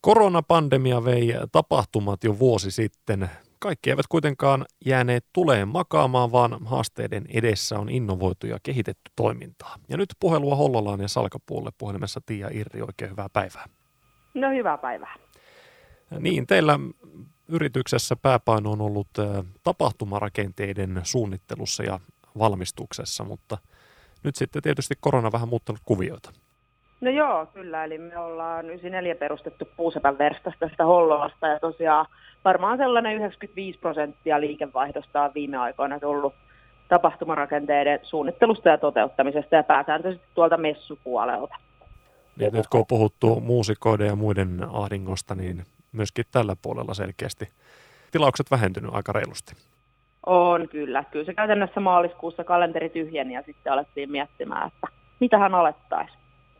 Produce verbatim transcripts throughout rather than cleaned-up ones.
Koronapandemia vei tapahtumat jo vuosi sitten. Kaikki eivät kuitenkaan jääneet tuleen makaamaan, vaan haasteiden edessä on innovoitu ja kehitetty toimintaa. Ja nyt puhelua Hollolaan ja Salkapuulle puhelimessa Tiia Irri. Oikein hyvää päivää. No hyvää päivää. Niin, teillä yrityksessä pääpaino on ollut tapahtumarakenteiden suunnittelussa ja valmistuksessa, mutta nyt sitten tietysti korona vähän muuttanut kuvioita. No joo, kyllä. Eli me ollaan yhdeksänkymmentäneljä perustettu Puusepän verstasta sitä Hollolasta ja tosiaan varmaan sellainen yhdeksänkymmentäviisi prosenttia liikevaihdosta on viime aikoina tullut tapahtumarakenteiden suunnittelusta ja toteuttamisesta ja pääsääntöisesti tuolta messupuolelta. Ja nyt kun on puhuttu muusikoiden ja muiden ahdingosta, niin myöskin tällä puolella selkeästi tilaukset vähentynyt aika reilusti. On kyllä. Kyllä se käytännössä maaliskuussa kalenteri tyhjeni ja sitten alettiin miettimään, että mitähän alettaisiin.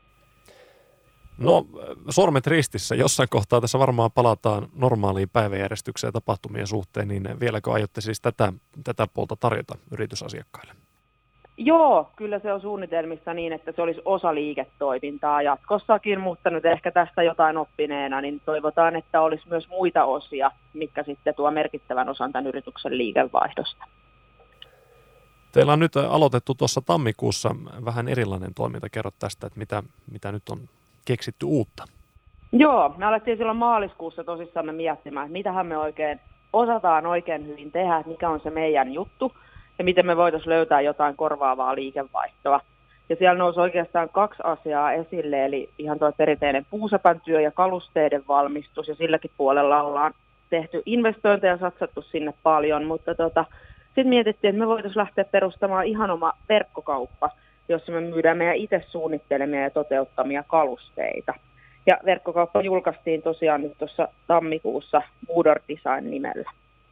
No, sormet ristissä. Jossain kohtaa tässä varmaan palataan normaaliin päiväjärjestykseen tapahtumien suhteen, niin vieläkö aiotte siis tätä, tätä puolta tarjota yritysasiakkaille? Joo, kyllä se on suunnitelmissa niin, että se olisi osa liiketoimintaa jatkossakin, mutta nyt ehkä tästä jotain oppineena, niin toivotaan, että olisi myös muita osia, mitkä sitten tuo merkittävän osan tämän yrityksen liikevaihdosta. Teillä on nyt aloitettu tuossa tammikuussa vähän erilainen toiminta. Kerro tästä, että mitä, mitä nyt on keksitty uutta. Joo, me alettiin silloin maaliskuussa tosissamme miettimään, että mitähän me oikein osataan oikein hyvin tehdä, että mikä on se meidän juttu ja miten me voitaisiin löytää jotain korvaavaa liikevaihtoa. Ja siellä nousi oikeastaan kaksi asiaa esille, eli ihan tuo perinteinen puusepän työ ja kalusteiden valmistus, ja silläkin puolella ollaan tehty investointeja ja satsattu sinne paljon, mutta tota, sitten mietittiin, että me voitaisiin lähteä perustamaan ihan oma verkkokauppa, jossa me myydään meidän itse suunnittelemia ja toteuttamia kalusteita. Ja verkkokauppa julkaistiin tosiaan nyt tuossa tammikuussa Woodor Design nimellä.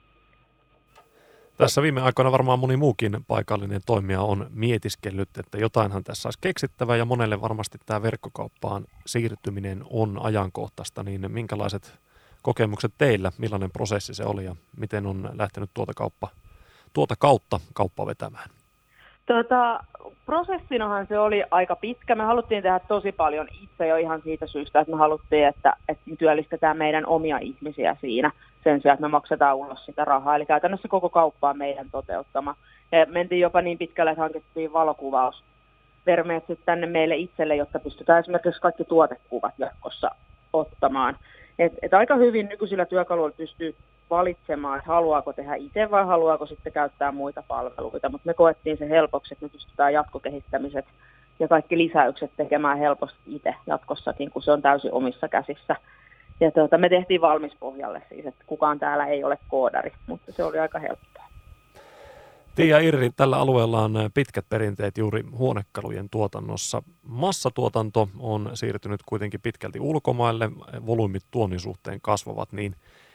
Tässä viime aikoina varmaan moni muukin paikallinen toimija on mietiskellyt, että jotainhan tässä olisi keksittävä ja monelle varmasti tämä verkkokauppaan siirtyminen on ajankohtaista, niin minkälaiset kokemukset teillä, millainen prosessi se oli ja miten on lähtenyt tuota, kauppa, tuota kautta kauppa vetämään? Tota, prosessinahan se oli aika pitkä. Me haluttiin tehdä tosi paljon itse jo ihan siitä syystä, että me haluttiin, että, että työllistetään meidän omia ihmisiä siinä sen sijaan, että me maksetaan ulos sitä rahaa. Eli käytännössä koko kauppa on meidän toteuttama. Ja mentiin jopa niin pitkälle, että hankittiin valokuvausvermeet sitten tänne meille itselle, jotta pystytään esimerkiksi kaikki tuotekuvat jatkossa ottamaan. Et, et aika hyvin nykyisillä työkaluilla pystyy valitsemaan, että haluaako tehdä itse vai haluaako sitten käyttää muita palveluita, mutta me koettiin se helpoksi, että me pystytään jatkokehittämiset ja kaikki lisäykset tekemään helposti itse jatkossakin, kun se on täysin omissa käsissä. Ja tuota, me tehtiin valmispohjalle siis, että kukaan täällä ei ole koodari, mutta se oli aika helppoa. Tiia Irri, tällä alueella on pitkät perinteet juuri huonekalujen tuotannossa. Massatuotanto on siirtynyt kuitenkin pitkälti ulkomaille, volyymit tuonnin suhteen kasvavat, niin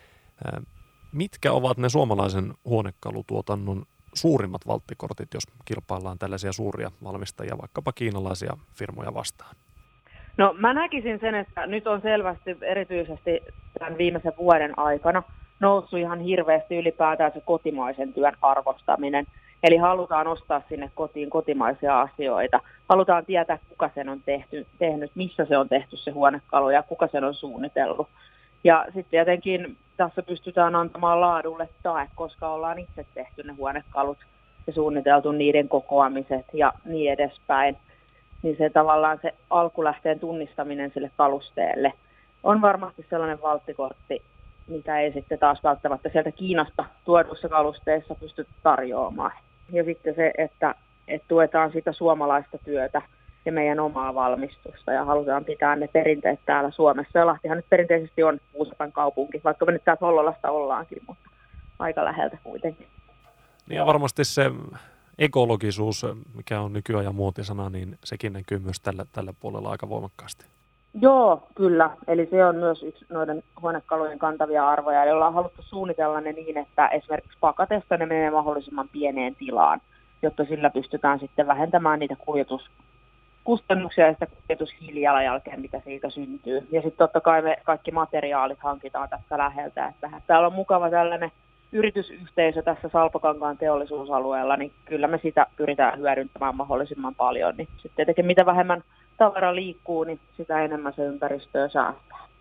mitkä ovat ne suomalaisen huonekalutuotannon suurimmat valttikortit, jos kilpaillaan tällaisia suuria valmistajia, vaikkapa kiinalaisia firmoja vastaan? No mä näkisin sen, että nyt on selvästi erityisesti tämän viimeisen vuoden aikana noussut ihan hirveästi ylipäätään se kotimaisen työn arvostaminen. Eli halutaan ostaa sinne kotiin kotimaisia asioita. Halutaan tietää, kuka sen on tehty, tehnyt, missä se on tehty se huonekalu ja kuka sen on suunnitellut. Ja sitten tietenkin tässä pystytään antamaan laadulle tae, koska ollaan itse tehty ne huonekalut ja suunniteltu niiden kokoamiset ja niin edespäin. Niin se tavallaan se alkulähteen tunnistaminen sille kalusteelle on varmasti sellainen valttikortti, mitä ei sitten taas välttämättä sieltä Kiinasta tuodussa kalusteessa pysty tarjoamaan. Ja sitten se, että, että tuetaan sitä suomalaista työtä ja meidän omaa valmistusta ja halutaan pitää ne perinteet täällä Suomessa. Ja Lahtihan nyt perinteisesti on Puusepän kaupunki, vaikka me nyt täällä Hollolasta ollaankin, mutta aika läheltä kuitenkin. Ja varmasti se ekologisuus, mikä on nykyajan muotisana, niin sekin näkyy myös tällä, tällä puolella aika voimakkaasti. Joo, kyllä. Eli se on myös yksi noiden huonekalujen kantavia arvoja, joilla on haluttu suunnitella ne niin, että esimerkiksi pakatessa ne menee mahdollisimman pieneen tilaan, jotta sillä pystytään sitten vähentämään niitä kuljetuskustannuksia ja sitä kuljetushiilijalanjälkeen, mitä siitä syntyy. Ja sitten totta kai me kaikki materiaalit hankitaan tässä läheltä. Että täällä on mukava tällainen yritysyhteisö tässä Salpakankaan teollisuusalueella, niin kyllä me sitä pyritään hyödyntämään mahdollisimman paljon. Niin sitten tietenkin mitä vähemmän tavara liikkuu, niin sitä enemmän se ympäristöä säästää.